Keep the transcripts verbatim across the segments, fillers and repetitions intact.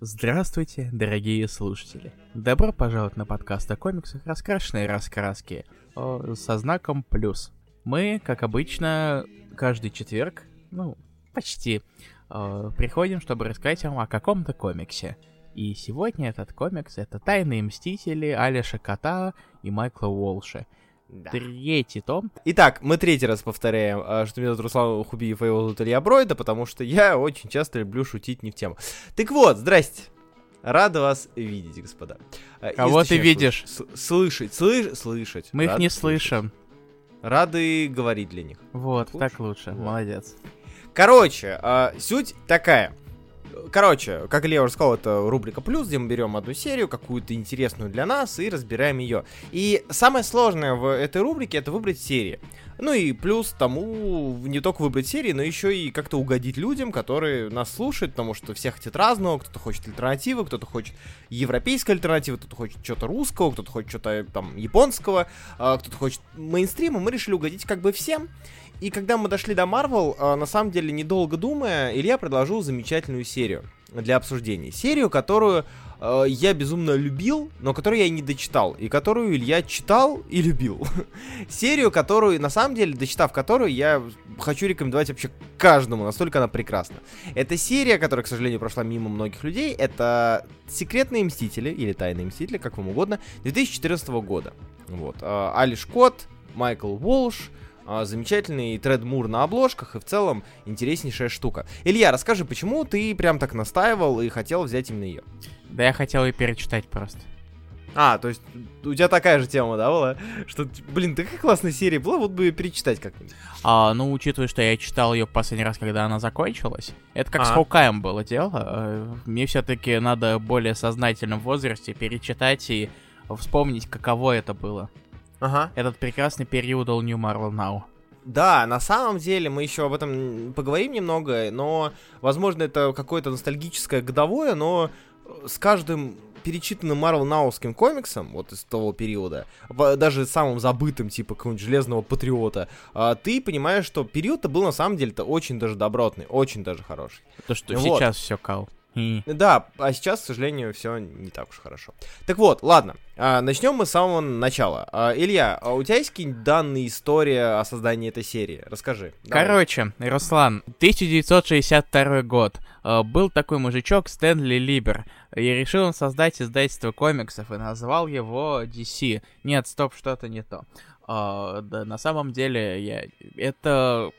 Здравствуйте, дорогие слушатели. Добро пожаловать на подкаст о комиксах «Раскрашенные раскраски» о, со знаком плюс. Мы, как обычно, каждый четверг, ну, почти, э, приходим, чтобы рассказать вам о каком-то комиксе. И сегодня этот комикс — это «Тайные мстители» Алиша Кота и Майкла Уолша. Да. Третий том. Итак, мы третий раз повторяем, что меня зовут Руслан Хубиев, а его зовут Илья Бройда, потому что я очень часто люблю шутить не в тему. Так вот, здрасте. Рада вас видеть, господа. Кого ты видишь? Слышать, слышать, слышать. Мы их не слышим. Рады говорить для них. Вот, так лучше, молодец. Короче, суть такая. Короче, как Илья уже сказал, это рубрика «Плюс», где мы берем одну серию, какую-то интересную для нас, и разбираем ее. И самое сложное в этой рубрике — это выбрать серии. Ну и плюс тому не только выбрать серии, но еще и как-то угодить людям, которые нас слушают, потому что все хотят разного, кто-то хочет альтернативы, кто-то хочет европейской альтернативы, кто-то хочет что-то русского, кто-то хочет что-то там японского, кто-то хочет мейнстрима. Мы решили угодить как бы всем. И когда мы дошли до Marvel, на самом деле, недолго думая, Илья предложил замечательную серию для обсуждения. Серию, которую э, я безумно любил, но которую я не дочитал. И которую Илья читал и любил. Серию, которую, на самом деле, дочитав которую, я хочу рекомендовать вообще каждому, настолько она прекрасна. Это серия, которая, к сожалению, прошла мимо многих людей. Это «Секретные мстители» или «Тайные мстители», как вам угодно, две тысячи четырнадцатого года. Вот. Э, Алиш Кот, Майкл Уолш, замечательный Тред Мур на обложках, и в целом интереснейшая штука. Илья, расскажи, почему ты прям так настаивал и хотел взять именно ее? Да я хотел ее перечитать просто. А, то есть у тебя такая же тема, да, была? Что, блин, такая классная серия была, вот бы ее перечитать как-нибудь. А, ну, учитывая, что я читал ее последний раз, когда она закончилась, это как а. с Хоукаем было дело. Мне все-таки надо в более сознательном возрасте перечитать и вспомнить, каково это было. Ага. Этот прекрасный период All New Marvel Now. Да, на самом деле мы еще об этом поговорим немного, но, возможно, это какое-то ностальгическое годовое, но с каждым перечитанным Marvel Now-ским комиксом, вот из того периода, даже самым забытым, типа какого-нибудь Железного Патриота, ты понимаешь, что период-то был на самом деле-то очень даже добротный, очень даже хороший. То, что вот. Сейчас все кал. Mm. Да, а сейчас, к сожалению, все не так уж хорошо. Так вот, ладно, а, начнем мы с самого начала. А, Илья, а у тебя есть какие-нибудь данные, история о создании этой серии? Расскажи. Короче, давай. Руслан, тысяча девятьсот шестьдесят второй год. А, был такой мужичок Стэнли Либер. И решил он создать издательство комиксов и назвал его ди си. Нет, стоп, что-то не то. А, да, на самом деле, я... это...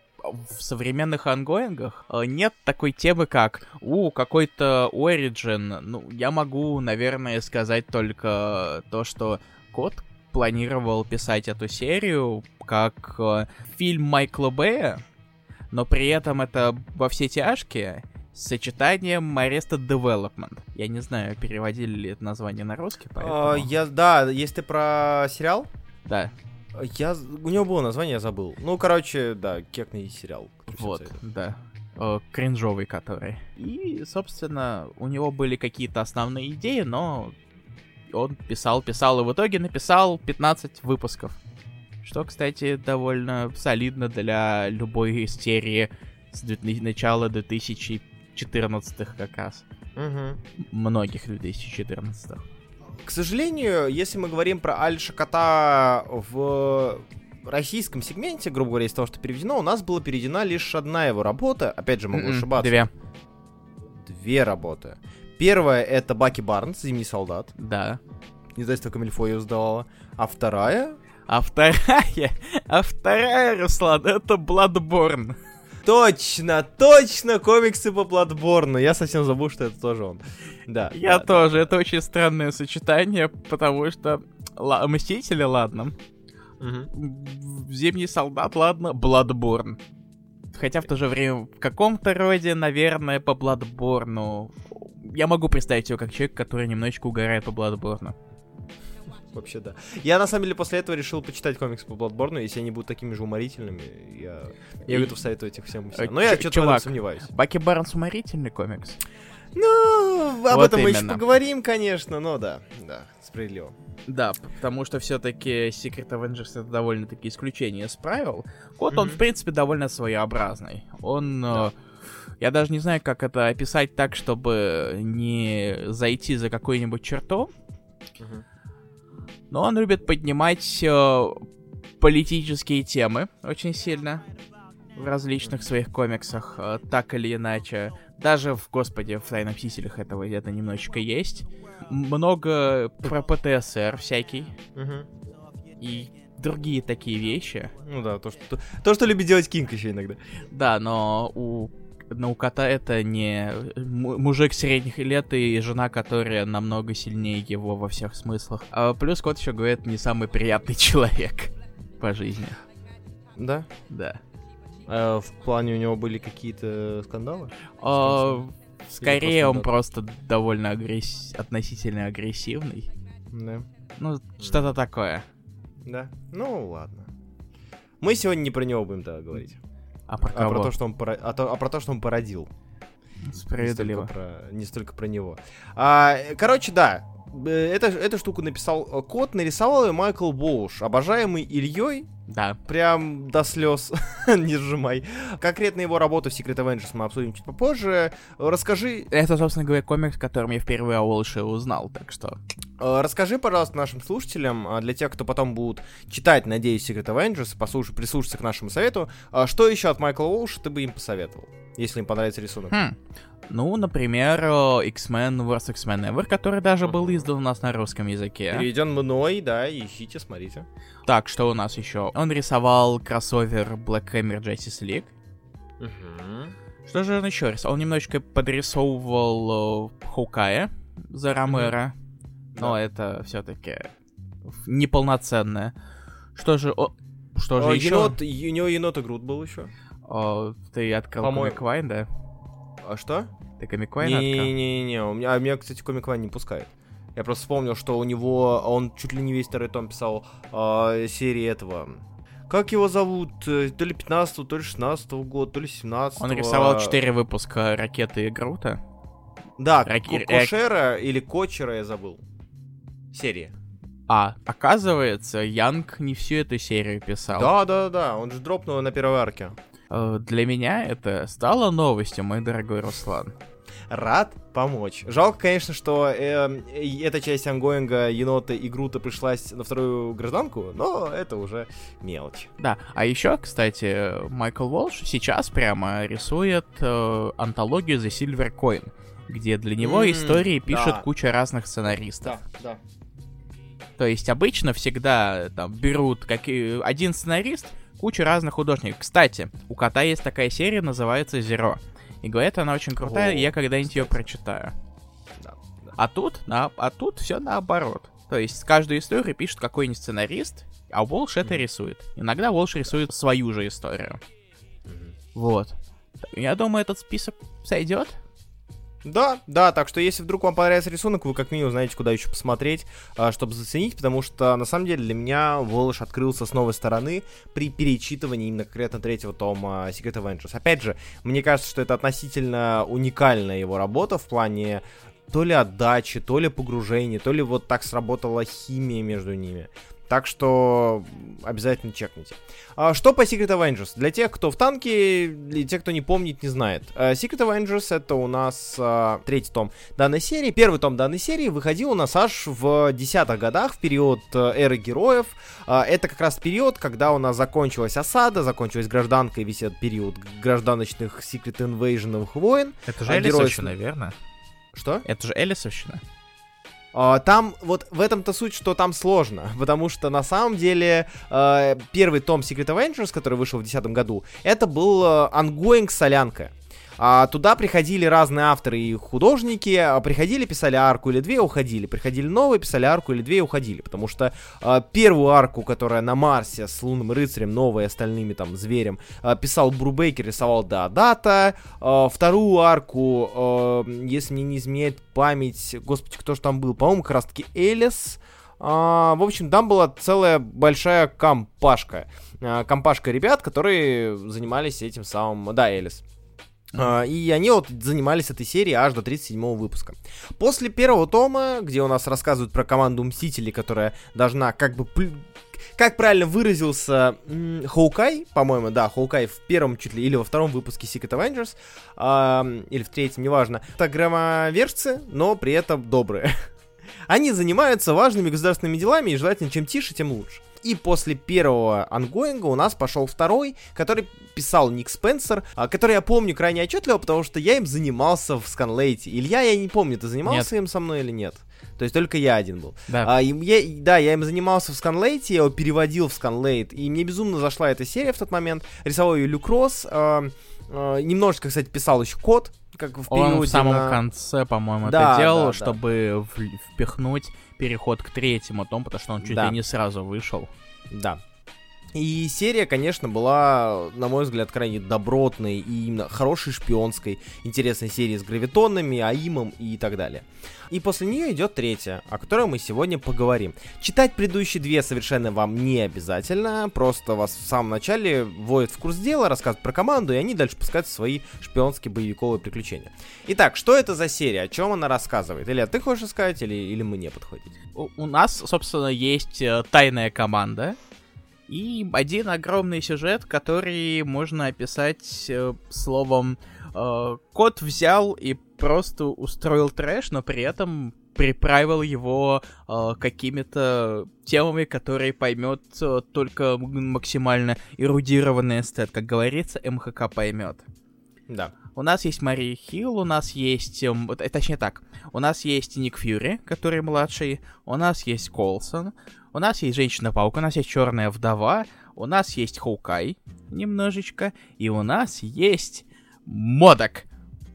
в современных ангоингах нет такой темы, как у какой-то Origin. Ну, я могу, наверное, сказать только то, что Кот планировал писать эту серию как э, фильм Майкла Бэя, но при этом это «Во все тяжкие» с сочетанием Arrested Development. Я не знаю, переводили ли это название на русский, поэтому... А, я, да, если ты про сериал? Да. Я... У него было название, я забыл. Ну, короче, да, кекный сериал. Вот, да. О, кринжовый который. И, собственно, у него были какие-то основные идеи, но он писал, писал, и в итоге написал пятнадцать выпусков. Что, кстати, довольно солидно для любой серии с начала две тысячи четырнадцатых как раз. Угу. Многих две тысячи четырнадцатых. К сожалению, если мы говорим про Алиша Кота в российском сегменте, грубо говоря, из того, что переведено, у нас была переведена лишь одна его работа. Опять же, могу Mm-mm, ошибаться. Две. Две работы. Первая — это Баки Барнс, «Зимний солдат». Да. Издательство Камильфо ее сдавало. А вторая... А вторая... А вторая, Руслан, это Bloodborne. Точно, точно, комиксы по Bloodborne. Я совсем забыл, что это тоже он. Да. Я да, тоже. да. Это очень странное сочетание, потому что Л- Мстители, ладно. Угу. Зимний солдат, ладно. Bloodborne. Хотя в то же время в каком-то роде, наверное, по Bloodborne. Я могу представить его как человек, который немножечко угорает по Bloodborne. Вообще, да. Я, на самом деле, после этого решил почитать комиксы по Bloodborne. Если они будут такими же уморительными, я, я готов советовать их всем. всем. Но я что-то в этом сомневаюсь. Баки Барнс уморительный комикс? Ну, об вот этом именно. Мы еще поговорим, конечно, но да, да, справедливо. Да, потому что все-таки Secret Avengers — это довольно-таки исключение из правил. Кот, mm-hmm. он, в принципе, довольно своеобразный. Он... Да. Я даже не знаю, как это описать так, чтобы не зайти за какую-нибудь черту. Угу. Но он любит поднимать э, политические темы очень сильно в различных своих комиксах, э, так или иначе. Даже в, господи, в «Тайных Мстителях» этого это немножечко есть. Много про ПТСР всякий. Угу. И другие такие вещи. Ну да, то, что, то, что любит делать Кинг еще иногда. Да, но у, но у кота это не мужик средних лет и жена, которая намного сильнее его во всех смыслах. А плюс кот еще говорит, не самый приятный человек по жизни. Да? Да. А в плане у него были какие-то скандалы? А, скорее он просто довольно агресс... относительно агрессивный. Да. Ну, что-то такое. Да? Ну, ладно. Мы сегодня не про него будем тогда говорить. А про кого? А про то, что он, пора... а то... а про то, что он породил. Справедливо. Не столько про, не столько про него. А, короче, да. Это, эту штуку написал кот, нарисовал ее Майкл Волш, обожаемый Ильей. Да. Прям до слез. Не сжимай. Конкретно его работу в Secret Avengers мы обсудим чуть попозже. Расскажи... Это, собственно говоря, комикс, которым я впервые о Волше узнал, так что... Расскажи, пожалуйста, нашим слушателям, для тех, кто потом будут читать, надеюсь, Secret Avengers, послушать, прислушаться к нашему совету, что еще от Майкла Волша ты бы им посоветовал, если им понравится рисунок? Хм. Ну, например, X-Men versus. X-Men Ever, который даже был издан у нас на русском языке. Переведен мной, да, ищите, смотрите. Так, что у нас еще? Он рисовал кроссовер Black Hammer Justice League. Угу. Что же он еще рисовал? Он немножечко подрисовывал uh, Хоукая за Ромеро. Угу. Но да. Это все-таки неполноценное. Что же... О, что же О, еще? Енот, у него енот и Грут был еще. О, ты открыл Comic Vine, да? А что? Ты Comic Vine открыл? Не-не-не, у меня, а меня, кстати, Comic Vine не пускает. Я просто вспомнил, что у него, он чуть ли не весь второй том писал э, серии этого... Как его зовут? То ли пятнадцатого, то ли шестнадцатого года, то ли семнадцатого. Он рисовал четыре выпуска «Ракеты и Грута». Да, Раки... Кошера или Кочера, я забыл. Серия. А, оказывается, Янг не всю эту серию писал. Да-да-да, он же дропнул на первой арке. Для меня это стало новостью, мой дорогой Руслан. Рад помочь. Жалко, конечно, что э, эта часть ангоинга Енота и Грута пришлась на вторую гражданку, но это уже мелочь. Да, а еще, кстати, Майкл Волш сейчас прямо рисует э, антологию The Silver Coin, где для него mm, истории пишет да. куча разных сценаристов. Да, да. То есть обычно всегда там берут как и один сценарист, кучу разных художников. Кстати, у кота есть такая серия, называется Zero. И говорят, она очень крутая, О, и я когда-нибудь ее прочитаю. Да, да. А тут, на, а тут все наоборот. То есть каждую историю пишет какой-нибудь сценарист, а Волш это mm-hmm. рисует. Иногда Волш рисует свою же историю. Mm-hmm. Вот. Я думаю, этот список сойдет. Да, да, так что если вдруг вам понравится рисунок, вы как минимум знаете, куда еще посмотреть, чтобы заценить, потому что, на самом деле, для меня Волш открылся с новой стороны при перечитывании именно конкретно третьего тома Secret Avengers. Опять же, мне кажется, что это относительно уникальная его работа в плане то ли отдачи, то ли погружения, то ли вот так сработала химия между ними. Так что обязательно чекните. А что по Secret Avengers? Для тех, кто в танке, для тех, кто не помнит, не знает. Secret Avengers — это у нас а, третий том данной серии. Первый том данной серии выходил у нас аж в десятых годах, в период а, эры героев. А, это как раз период, когда у нас закончилась осада, закончилась гражданка и весь этот период гражданочных Secret Invasion войн. Это же а Элисовщина, героев... верно? Что? Это же Элисовщина. Uh, там, вот в этом-то суть, что там сложно, потому что на самом деле uh, первый том Secret Avengers, который вышел в десятом году, это был uh, ongoing солянка. А туда приходили разные авторы и художники, а приходили, писали арку или две, уходили. Приходили новые, писали арку или две и уходили. Потому что а, первую арку, которая на Марсе с лунным рыцарем, новой и остальными там зверем, а, писал Брубейкер, рисовал Деодата. А, вторую арку, а, если мне не изменяет память, господи, кто же там был? По-моему, как раз таки Элис. А, в общем, там была целая большая компашка. А, компашка ребят, которые занимались этим самым... Да, Элис. Uh, и они вот занимались этой серией аж до тридцать седьмого выпуска. После первого тома, где у нас рассказывают про команду Мстителей, которая должна как бы... Пл- как правильно выразился м- Хоукай, по-моему, да, Хоукай в первом чуть ли, или во втором выпуске Secret Avengers, uh, или в третьем, неважно. Это громовержцы, но при этом добрые. Они занимаются важными государственными делами, и желательно, чем тише, тем лучше. И после первого ангоинга у нас пошел второй, который писал Ник Спенсер, который я помню крайне отчетливо, потому что я им занимался в Сканлейте. Илья, я не помню, ты занимался нет. им со мной или нет? То есть только я один был. Да. А, я, да, я им занимался в Сканлейте, я его переводил в Сканлейт, и мне безумно зашла эта серия в тот момент. Рисовал ее Люк Росс, э, э, немножечко, кстати, писал еще код, как в периоде. Он в самом на... конце, по-моему, да, это делал, да, чтобы да. впихнуть переход к третьему тому, потому что он чуть да. ли не сразу вышел. Да. И серия, конечно, была, на мой взгляд, крайне добротной и именно хорошей шпионской, интересной серией с гравитонами, АИМом и так далее. И после нее идет третья, о которой мы сегодня поговорим. Читать предыдущие две совершенно вам не обязательно, просто вас в самом начале вводят в курс дела, рассказывают про команду, и они дальше пускают свои шпионские боевиковые приключения. Итак, что это за серия, о чем она рассказывает? Илья, ты хочешь сказать, или, или мне подходить? У, у нас, собственно, есть э, тайная команда, и один огромный сюжет, который можно описать э, словом э, «Кот взял и просто устроил трэш, но при этом приправил его э, какими-то темами, которые поймет э, только максимально эрудированный эстет». Как говорится, эм ха ка поймет. Да. У нас есть Мария Хилл, у нас есть... Э, точнее так, у нас есть Ник Фьюри, который младший, у нас есть Коулсон, у нас есть Женщина-паук, у нас есть Черная вдова, у нас есть Хоукай немножечко, и у нас есть Модок.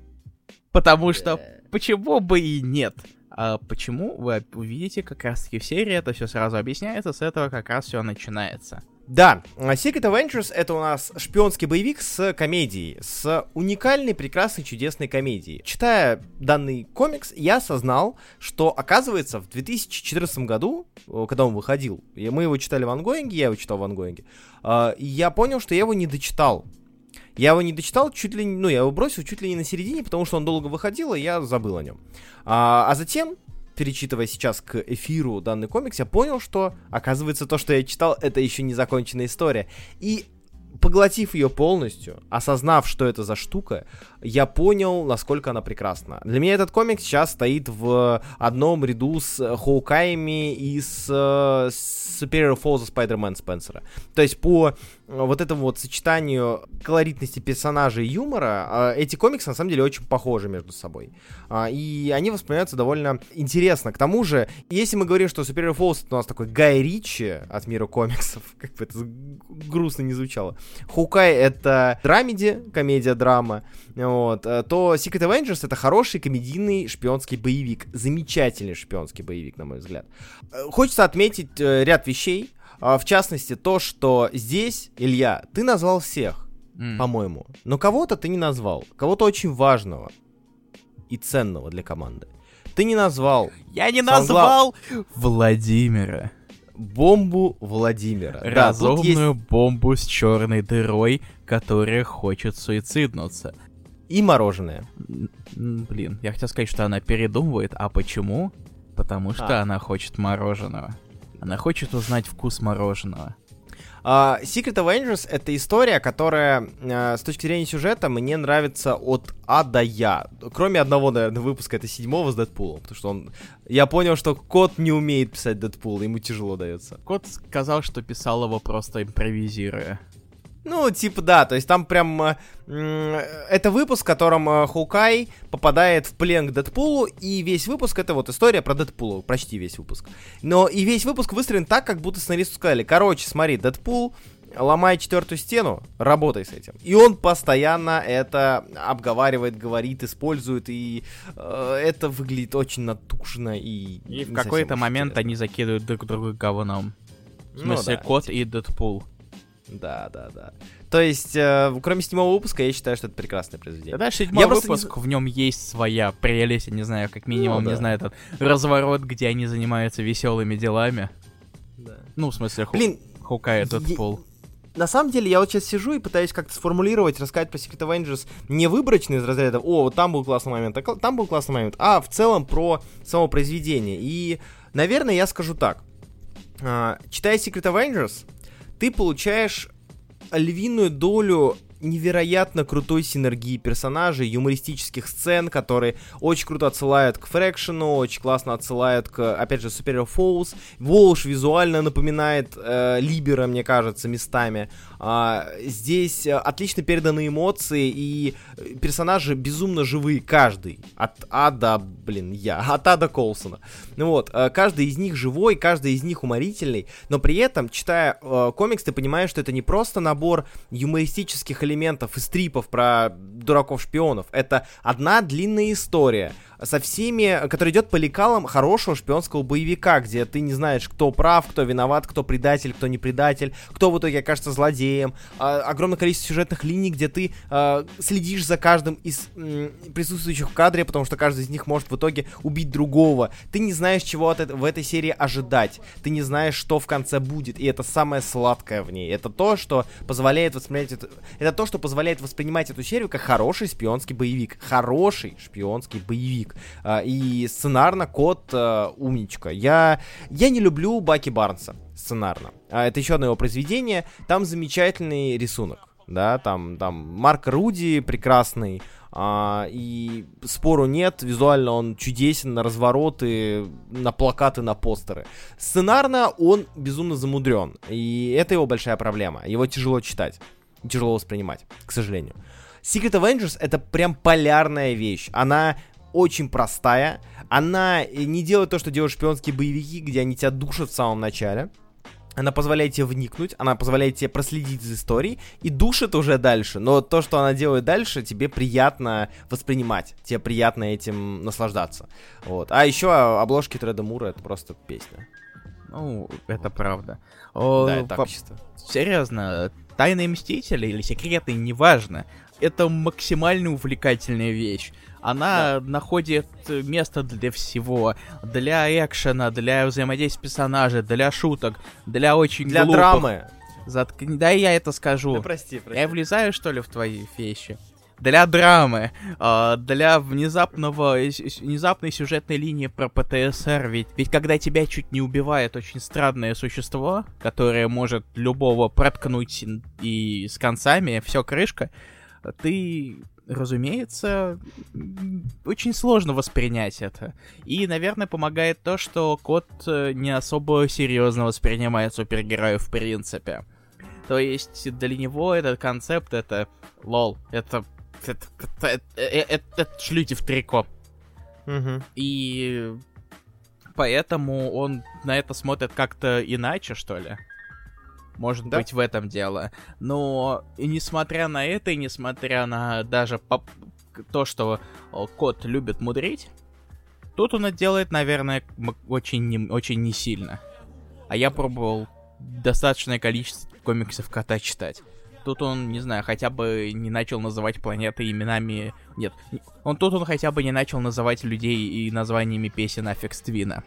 Потому что почему бы и нет? А почему, вы увидите как раз-таки в серии, это все сразу объясняется, с этого как раз все начинается. Да, Secret Avengers — это у нас шпионский боевик с комедией, с уникальной, прекрасной, чудесной комедией. Читая данный комикс, я осознал, что, оказывается, в две тысячи четырнадцатом году, когда он выходил, и мы его читали в ангоинге, я его читал в ангоинге, я понял, что я его не дочитал. Я его не дочитал чуть ли не, ну, я его бросил чуть ли не на середине, потому что он долго выходил, и я забыл о нем. А, а затем, перечитывая сейчас к эфиру данный комикс, я понял, что, оказывается, то, что я читал, это еще не законченная история. И, поглотив ее полностью, осознав, что это за штука, я понял, насколько она прекрасна. Для меня этот комикс сейчас стоит в одном ряду с Хоукаями и с, с Superior Foes Spider-Man Спенсера. То есть по вот этому вот сочетанию колоритности персонажей и юмора эти комиксы на самом деле очень похожи между собой. И они воспринимаются довольно интересно. К тому же, если мы говорим, что Superior Foes это у нас такой Гай Ричи от мира комиксов, как бы это грустно не звучало, Хоукай это драмеди, комедия-драма, вот, то Secret Avengers это хороший комедийный шпионский боевик. Замечательный шпионский боевик, на мой взгляд. Хочется отметить э, ряд вещей. В частности, то, что здесь, Илья, ты назвал всех, mm. по-моему. Но кого-то ты не назвал. Кого-то очень важного и ценного для команды. Ты не назвал... Я не назвал Владимира. Бомбу Владимира. Разумную да, есть... бомбу с черной дырой, которая хочет суициднуться. И мороженое. Блин, я хотел сказать, что она передумывает. А почему? Потому что а. она хочет мороженого. Она хочет узнать вкус мороженого. Uh, Secret Avengers — это история, которая uh, с точки зрения сюжета мне нравится от А до Я. Кроме одного, наверное, выпуска, это седьмого с Дэдпулом. Потому что он... Я понял, что Кот не умеет писать Дэдпула, ему тяжело дается. Кот сказал, что писал его просто импровизируя. Ну, типа, да, то есть там прям... Э, э, это выпуск, в котором э, Хоукай попадает в плен к Дэдпулу, и весь выпуск — это вот история про Дэдпула, почти весь выпуск. Но и весь выпуск выстроен так, как будто сценаристу сказали: короче, смотри, Дэдпул, ломай четвертую стену, работай с этим. И он постоянно это обговаривает, говорит, использует, и э, это выглядит очень натужно и... И в какой-то момент интересно. Они закидывают друг друга говном. В смысле, ну, да, Кот и Дэдпул. Да, да, да. То есть, э, кроме седьмого выпуска, я считаю, что это прекрасное произведение. Да, седьмой я выпуск, не... в нем есть своя прелесть, я не знаю, как минимум, ну, да. не знаю, этот разворот, где они занимаются веселыми делами. Да. Ну, в смысле, Ху... Блин, Хоукай и Дэдпул. на самом деле, я вот сейчас сижу и пытаюсь как-то сформулировать, рассказать про Secret Avengers не выборочно из разряда «О, вот там был классный момент, а там был классный момент», а в целом про само произведение. И, наверное, я скажу так. Читая Secret Avengers, ты получаешь львиную долю невероятно крутой синергии персонажей, юмористических сцен, которые очень круто отсылают к Фрэкшену, очень классно отсылают к, опять же, Superior Foes. Волш визуально напоминает э, Либера, мне кажется, местами. А, здесь отлично переданы эмоции, и персонажи безумно живые, каждый. От А до, блин, я, от А до Коулсона. Ну вот, каждый из них живой, каждый из них уморительный, но при этом, читая э, комикс, ты понимаешь, что это не просто набор юмористических элементов и стрипов про дураков-шпионов. Это одна длинная история со всеми, которая идет по лекалам хорошего шпионского боевика, где ты не знаешь, кто прав, кто виноват, кто предатель, кто не предатель, кто в итоге окажется злодеем. А, огромное количество сюжетных линий, где ты а, следишь за каждым из м, присутствующих в кадре, потому что каждый из них может в итоге убить другого. Ты не знаешь, чего от это, в этой серии ожидать. Ты не знаешь, что в конце будет, и это самое сладкое в ней. Это то, что позволяет воспринимать это, это то, что позволяет воспринимать эту серию как хороший шпионский боевик. Хороший шпионский боевик. И сценарно кот uh, умничка. Я, я не люблю Баки Барнса сценарно. Это еще одно его произведение. Там замечательный рисунок. Да, там, там Марк Руди прекрасный. Uh, и спору нет. Визуально он чудесен на развороты, на плакаты, на постеры. Сценарно он безумно замудрен. И это его большая проблема. Его тяжело читать. Тяжело воспринимать, к сожалению. Secret Avengers — это прям полярная вещь. Она очень простая. Она не делает то, что делают шпионские боевики, где они тебя душат в самом начале. Она позволяет тебе вникнуть, она позволяет тебе проследить за историей и душит уже дальше. Но то, что она делает дальше, тебе приятно воспринимать. Тебе приятно этим наслаждаться. Вот. А еще обложки Треда Мура — это просто песня. Ну, это правда. О, да, это по- качество. Серьезно, Тайные Мстители или Секретные, неважно. Это максимально увлекательная вещь. Она да. находит место для всего. Для экшена, для взаимодействия персонажей, для шуток, для очень для глупых... Для драмы. Затк... Да я это скажу. Да прости, прости. Я влезаю, что ли, в твои вещи? Для драмы, э, для внезапного, внезапной сюжетной линии про ПТСР. Ведь, ведь когда тебя чуть не убивает очень странное существо, которое может любого проткнуть и с концами, все, крышка, ты... Разумеется, очень сложно воспринять это. И, наверное, помогает то, что кот не особо серьезно воспринимает супергероев в принципе. То есть для него этот концепт — это лол, это это, это, это, это, это шлюти в трико. Угу. И поэтому он на это смотрит как-то иначе, что ли. Может да? быть, в этом дело. Но и несмотря на это, и несмотря на даже поп- то, что кот любит мудрить, тут он это делает, наверное, очень не, очень не сильно. А я пробовал достаточное количество комиксов кота читать. Тут он, не знаю, хотя бы не начал называть планеты именами... Нет, он тут он хотя бы не начал называть людей и названиями песен Аффикс Твина.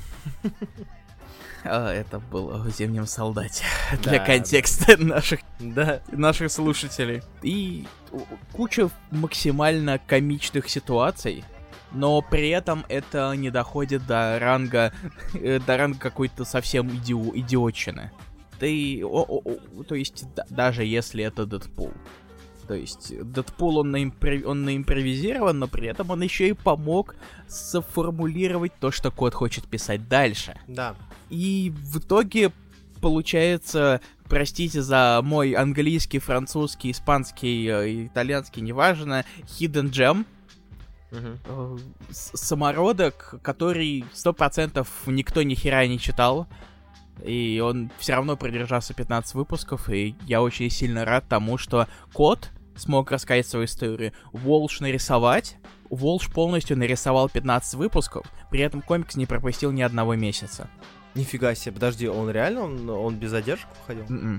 А, это было в «Зимнем солдате». Да, для контекста да. наших, да, наших слушателей. И куча максимально комичных ситуаций, но при этом это не доходит до ранга, до ранга какой-то совсем иди- идиотчины. Ты, о, о, о, то есть, да, даже если это Дэдпул. То есть, Дэдпул, он, наимпро... он наимпровизирован, но при этом он еще и помог сформулировать то, что кот хочет писать дальше. Да. И в итоге получается, простите за мой английский, французский, испанский, итальянский, неважно, Hidden Gem. Uh-huh. Самородок, который сто процентов никто ни хера не читал. И он все равно продержался пятнадцать выпусков, и я очень сильно рад тому, что кот смог рассказать свою историю. Волш нарисовать. Волш полностью нарисовал пятнадцать выпусков, при этом комикс не пропустил ни одного месяца. Нифига себе, подожди, он реально, он, он без задержек уходил? Mm-mm.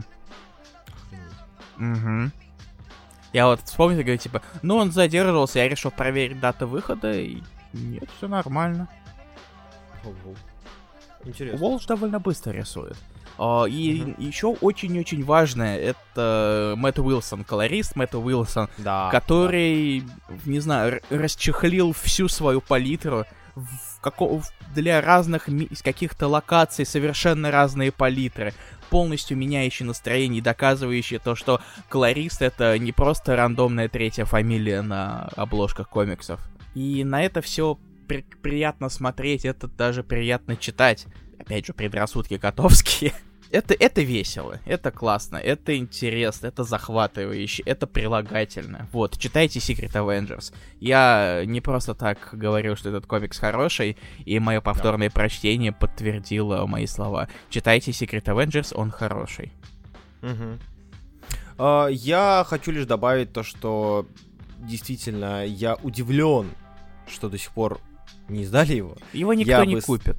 Угу. Я вот вспомнил и говорю, типа, ну он задерживался, я решил проверить дату выхода, и нет, все нормально. Интересно. Уолш довольно быстро рисует. Uh, и uh-huh. еще очень-очень важное, это Мэтт Уилсон, колорист Мэтт Уилсон, да, который, да. не знаю, расчехлил всю свою палитру в како- для разных ми- каких-то локаций, совершенно разные палитры, полностью меняющие настроение и доказывающие то, что колорист — это не просто рандомная третья фамилия на обложках комиксов. И на это все при- приятно смотреть, это даже приятно читать. Опять же, предрассудки котовские. Это, это весело, это классно, это интересно, это захватывающе, это прилагательно. Вот, читайте Secret Avengers. Я не просто так говорил, что этот комикс хороший, и мое повторное да. прочтение подтвердило мои слова. Читайте Secret Avengers, он хороший. Угу. Uh, я хочу лишь добавить то, что действительно я удивлен, что до сих пор не издали его. Его никто я не бы... купит.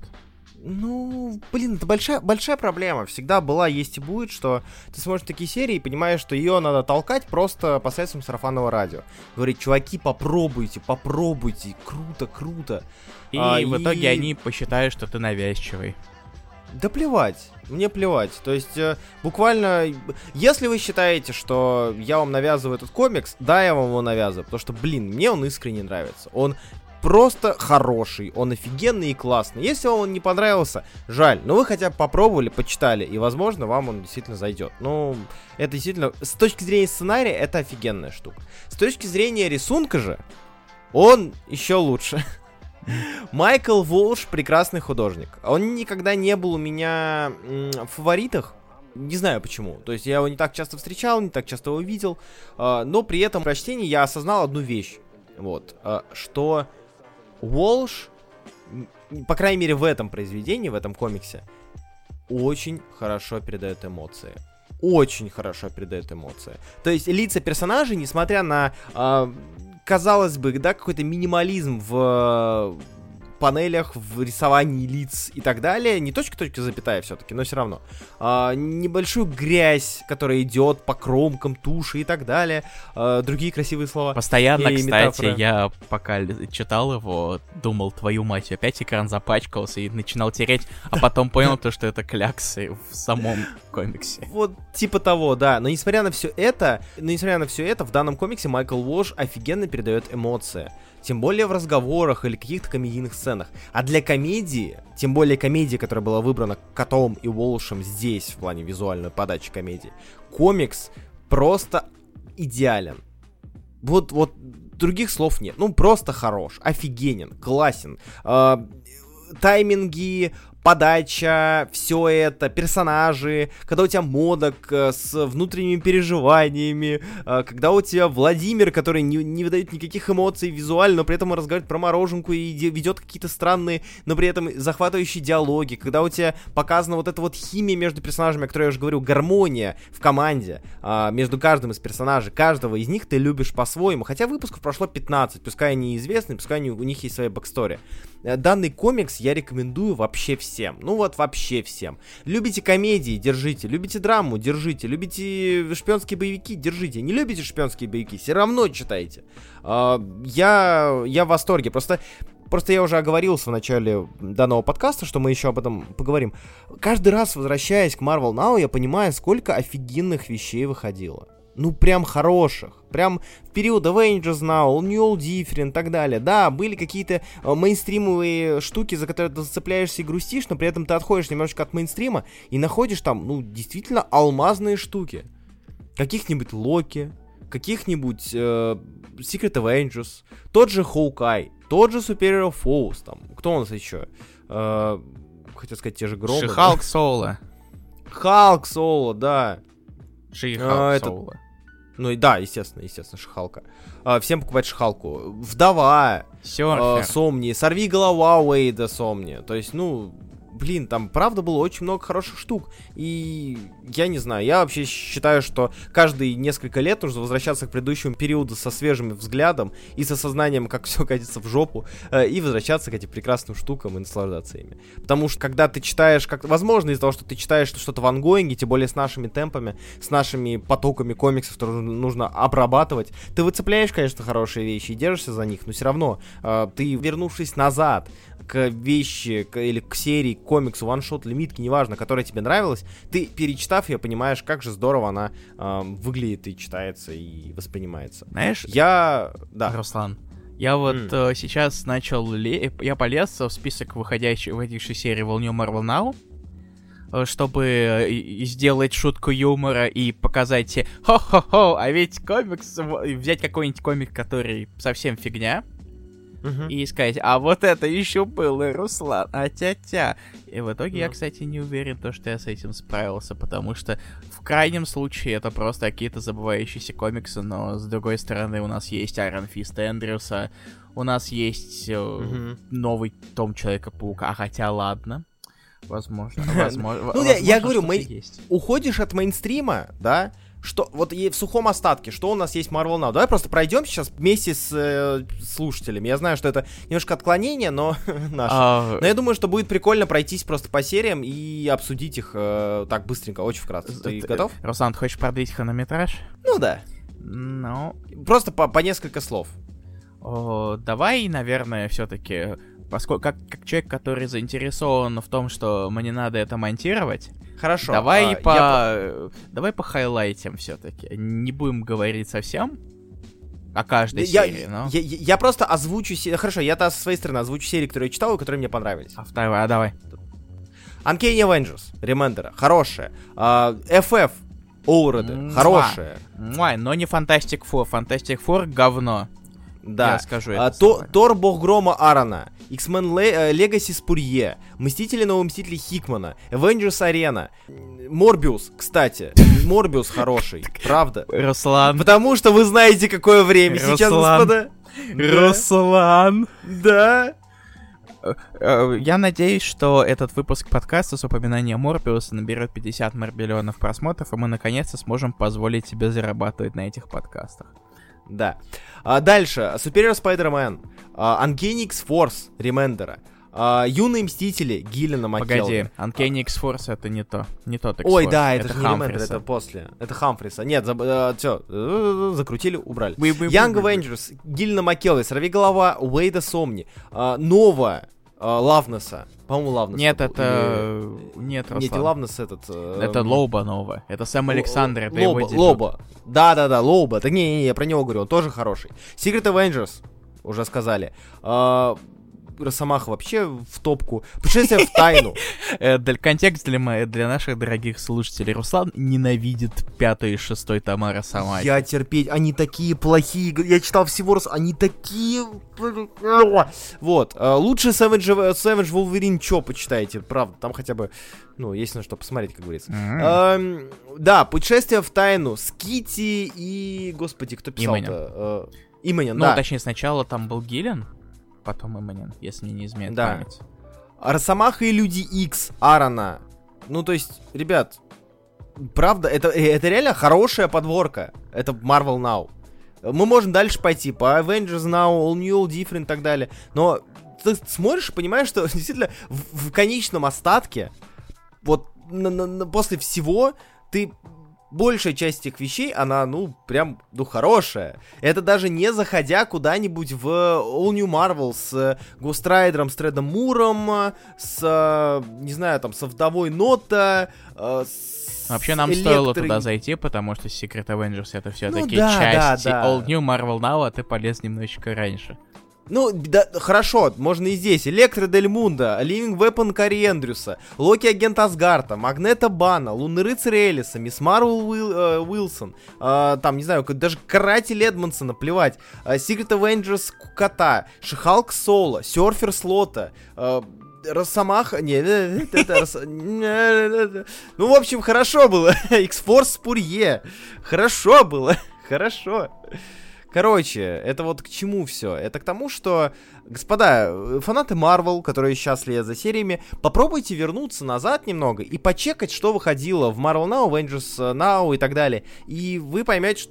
Ну, блин, это большая, большая проблема. Всегда была, есть и будет, что ты смотришь такие серии и понимаешь, что ее надо толкать просто посредством сарафанного радио. Говорить, чуваки, попробуйте, попробуйте, круто, круто. И а, в и... итоге они посчитают, что ты навязчивый. Да плевать, мне плевать. То есть, э, буквально, если вы считаете, что я вам навязываю этот комикс, да, я вам его навязываю, потому что, блин, мне он искренне нравится. Он просто хороший, он офигенный и классный. Если вам он не понравился, жаль, но вы хотя бы попробовали, почитали, и, возможно, вам он действительно зайдет. Ну, это действительно, с точки зрения сценария, это офигенная штука. С точки зрения рисунка же, он еще лучше. Майкл Волш прекрасный художник. Он никогда не был у меня м- в фаворитах. Не знаю почему. То есть я его не так часто встречал, не так часто его видел. Э, но при этом в прочтении я осознал одну вещь. Вот. Э, что Волш, по крайней мере в этом произведении, в этом комиксе, очень хорошо передает эмоции. Очень хорошо передает эмоции. То есть лица персонажей, несмотря на, э, казалось бы, да, какой-то минимализм в панелях, в рисовании лиц и так далее, не точка-точка запятая все-таки, но все равно, а, небольшую грязь, которая идет по кромкам, туши и так далее, а, другие красивые слова. Постоянно, кстати, метафоры. Я пока читал его, думал, твою мать, опять экран запачкался и начинал тереть, а потом понял то, что это кляксы в самом комиксе. Вот типа того, да, но несмотря на все это, но несмотря на все это, в данном комиксе Майкл Волш офигенно передает эмоции. Тем более в разговорах или каких-то комедийных сценах. А для комедии, тем более комедия, которая была выбрана Котом и Волшем здесь, в плане визуальной подачи комедии, комикс просто идеален. Вот, вот других слов нет. Ну, просто хорош, офигенен, классен. Э, тайминги, подача, все это, персонажи, когда у тебя Модок э, с внутренними переживаниями, э, когда у тебя Владимир, который не, не выдает никаких эмоций визуально, но при этом разговаривает про мороженку и де- ведет какие-то странные, но при этом захватывающие диалоги, когда у тебя показана вот эта вот химия между персонажами, о которой я уже говорю, гармония в команде э, между каждым из персонажей, каждого из них ты любишь по-своему, хотя выпусков прошло пятнадцать, пускай они известны, пускай они, у них есть своя бэкстори. Э, данный комикс я рекомендую вообще всем. Всем. Ну вот вообще всем. Любите комедии, держите. Любите драму, держите. Любите шпионские боевики, держите. Не любите шпионские боевики, все равно читайте. Uh, я, я в восторге. Просто, просто я уже оговорился в начале данного подкаста, что мы еще об этом поговорим. Каждый раз, возвращаясь к Marvel Now, я понимаю, сколько офигенных вещей выходило. Ну, прям хороших. Прям в период Avengers Now, All New, All Different и так далее. Да, были какие-то э, мейнстримовые штуки, за которые ты зацепляешься и грустишь, но при этом ты отходишь немножечко от мейнстрима и находишь там, ну, действительно алмазные штуки. Каких-нибудь Локи, каких-нибудь э, Secret Avengers, тот же Hawkeye, тот же Superior Foes, там, кто у нас еще? Э, хотел сказать, те же Громы. Ши-Халк Соло. Халк Соло, да. Ши-Халк Соло. Ну и да, естественно, естественно, Шихалка. А, всем покупать Шихалку. Вдова, а, Сомни, Сорви голова Уэйда Сомни. То есть, ну, блин, там правда было очень много хороших штук. И я не знаю, я вообще считаю, что каждые несколько лет нужно возвращаться к предыдущему периоду со свежим взглядом и с осознанием, как все катится в жопу, э, и возвращаться к этим прекрасным штукам и наслаждаться ими. Потому что когда ты читаешь, как, возможно, из-за того, что ты читаешь что-то в ангоинге, тем более с нашими темпами, с нашими потоками комиксов, которые нужно обрабатывать, ты выцепляешь, конечно, хорошие вещи и держишься за них, но все равно э, ты, вернувшись назад, к вещи к, или к серии, к комиксу, ваншот, лимитке, неважно, которая тебе нравилась, ты, перечитав ее, понимаешь, как же здорово она э, выглядит и читается, и воспринимается. Знаешь, я... Да. Руслан, я вот Mm. э, сейчас начал... Ле... Я полез в список выходящих, выходившей серии All New Marvel Now, э, чтобы э, и- сделать шутку юмора и показать тебе, хо-хо-хо, а ведь комикс... в- Взять какой-нибудь комик, который совсем фигня, Мгм. и сказать, а вот это еще было, Руслан, а тя-тя. И в итоге я, Ну. кстати, не уверен, то, что я с этим справился, потому что в крайнем случае это просто какие-то забывающиеся комиксы, но с другой стороны у нас есть Iron Fist Эндрюса, у нас есть э, Мгм. новый том Человека-паука, а хотя ладно, возможно, возможно, Ну, я- я возможно, говорю, что-то мы- есть. Уходишь от мейнстрима, да, что вот и в сухом остатке, что у нас есть Marvel Now. Давай просто пройдем сейчас вместе с э, слушателями. Я знаю, что это немножко отклонение, но наше. А, Но я думаю, что будет прикольно пройтись просто по сериям и обсудить их э, так быстренько, очень вкратце. Ты ты- готов? Руслан, ты хочешь продлить хронометраж? Ну да. Ну, Просто по, по несколько слов. О, давай, наверное, все-таки, поскольку как, как человек, который заинтересован в том, что мне надо это монтировать, Хорошо. давай а, по, я давай по хайлайтам все-таки. Не будем говорить совсем о каждой Я, серии, но. я, я- я просто озвучу... се- Хорошо, я-то со своей стороны озвучу серии, которые я читал и которые мне понравились. А вторая, а давай. Uncanny Avengers, Ремендера, хорошая. А, эф эф, Оуреды, Муа. хорошая. Муай, но не Fantastic Four. Fantastic Four говно. Да. Я скажу А, это То- словами. Тор Бог Грома Аарона, X-Men Ле- э, Legacy Спурье, Мстители Новые Мстители Хикмана, Avengers Арена, Морбиус, кстати. Морбиус хороший, правда. Руслан. Потому что вы знаете, какое время сейчас, Руслан. господа. Да. Руслан. Да. Э, Я надеюсь, что этот выпуск подкаста с упоминанием Морбиуса наберет пятьдесят миллионов просмотров, и мы наконец-то сможем позволить себе зарабатывать на этих подкастах. Да. А, дальше. Superior Spider-Man, а, Uncanny X-Force Ремендера, а, Юные Мстители Гиллена Маккеллана. Погоди, Uncanny X-Force это не то. Не тот X-Force. Ой, да, это, же не Ремендер, Хамфриса. это после. Это Хамфриса. Нет, все, закрутили, убрали. Вы- вы- Young вы- вы- Avengers, Гиллена Маккеллана, Сорвиголова, Уэйда Сомни, а, Нова, а, Лавнеса. По-моему, Лавнеса. Нет, был. это... Нет, Или- Нет, не Руслан. Лавнес этот. э, Это Лоба Нова. Это Сэм Л- Александр, это его Лоба, дебют. Лоба. Да-да-да, Лоба. Так не-не-не, я про него говорю, он тоже хороший. Secret Avengers, уже сказали. А, Росомаха вообще в топку. Путешествие в тайну. Э, для, контекст для, мо- для наших дорогих слушателей. Руслан ненавидит пятый и шестой тома Росомахи. Я терпеть, они такие плохие. Я читал всего раз, они такие... Вот. а, Лучший Savage, Savage Wolverine, чё почитаете? Правда, там хотя бы, ну, есть на что посмотреть, как говорится. М. Эм, Да, путешествие в тайну с Китти и... Господи, кто Иманин. писал-то? Э, Иманин, Ну, да. точнее, сначала там был Гиллен, потом Иманин, если мне не изменяет Да. память. Росомаха и Люди Икс Аарона. Ну, то есть, ребят, правда, это, это реально хорошая подборка. Это Marvel Now. Мы можем дальше пойти по Avengers Now, All New, All Different и так далее. Но ты смотришь и понимаешь, что действительно в, в конечном остатке, вот на- на- на- после всего, ты... Большая часть этих вещей, она, ну, прям, ну, хорошая. Это даже не заходя куда-нибудь в All New Marvel с Гострайдером, с Тредом Муром, с, э, не знаю, там, со Вдовой Нота, э, с Вообще нам Электрой. стоило туда зайти, потому что Secret Avengers это все-таки Ну да, часть да, да. All New Marvel Now, а ты полез немножечко раньше. Ну, да, хорошо, можно и здесь. Электро Дель Мунда, Living Weapon Кари Эндрюса, Локи Агент Асгарта, Магнета Бана, Лунный Рыцарь Элиса, Мисс Марвел Уил- э, Уилсон, э, там, не знаю, к- даже Каратель Эдмонсона, плевать, э, Secret Avengers Кота, Шихалк Соло, Серфер Слота, э, Росомаха, не, э, это, это, Рос- ну, в общем, хорошо было, X-Force Спурье, хорошо было, хорошо. Короче, это вот к чему все? Это к тому, что, господа, фанаты Marvel, которые сейчас следят за сериями, попробуйте вернуться назад немного и почекать, что выходило в Marvel Now, Avengers Now и так далее. И вы поймете, что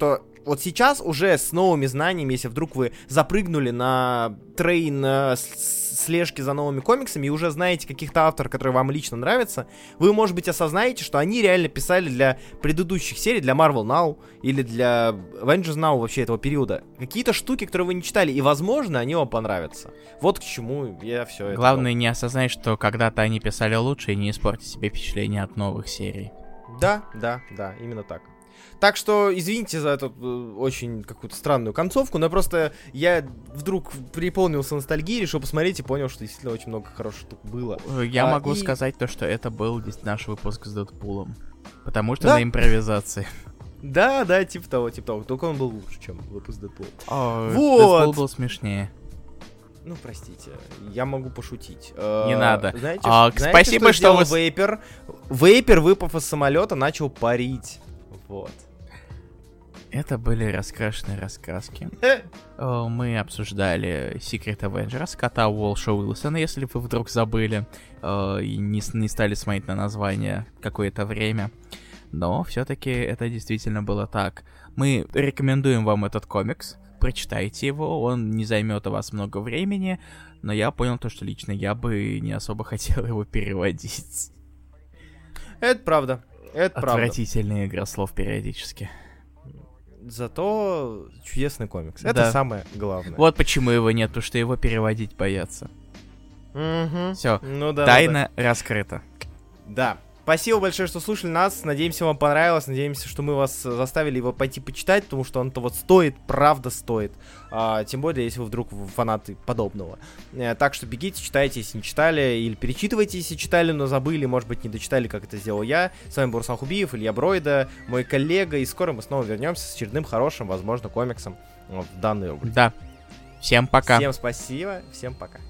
вот сейчас уже с новыми знаниями, если вдруг вы запрыгнули на трейн э, слежки за новыми комиксами и уже знаете каких-то авторов, которые вам лично нравятся, вы, может быть, осознаете, что они реально писали для предыдущих серий, для Marvel Now или для Avengers Now вообще этого периода. Какие-то штуки, которые вы не читали, и, возможно, они вам понравятся. Вот к чему я все это... Главное, не осознать, что когда-то они писали лучше, и не испортить себе впечатление от новых серий. Да, да, да, именно так. Так что, извините за эту э, очень какую-то странную концовку, но просто я вдруг переполнился ностальгией, решил посмотреть и понял, что действительно очень много хороших штук было. Я а, могу и... сказать то, что это был наш выпуск с Дэдпулом. Потому что да? на импровизации. Да, да, типа того, типа того. Только он был лучше, чем выпуск Дэдпула. О, вот! Дэдпул был смешнее. Ну, простите, я могу пошутить. Не э, надо. Знаете, а, знаете, спасибо, что, что вы... Вейпер? Вейпер, выпав из самолета, начал парить. Вот. Это были раскрашенные раскраски. Мы обсуждали Secret Avengers, кота Уолша Уилсона, если вы вдруг забыли и не, не стали смотреть на название какое-то время. Но все-таки это действительно было так. Мы рекомендуем вам этот комикс. Прочитайте его, он не займет у вас много времени, но я понял то, что лично я бы не особо хотел его переводить. Это правда, это правда. Отвратительная игра слов периодически. Зато чудесный комикс, это да. самое главное. Вот почему его нет, потому что его переводить боятся. Угу. Все, ну, да, тайна да. раскрыта. Да. Спасибо большое, что слушали нас. Надеемся, вам понравилось. Надеемся, что мы вас заставили его пойти почитать, потому что он-то вот стоит, правда стоит. А, тем более, если вы вдруг фанаты подобного. А, так что бегите, читайте, если не читали, или перечитывайте, если читали, но забыли, может быть, не дочитали, как это сделал я. С вами был Руслан Хубиев, Илья Бройда, мой коллега, и скоро мы снова вернемся с очередным хорошим, возможно, комиксом в данной области. Да. Всем пока. Всем спасибо, всем пока.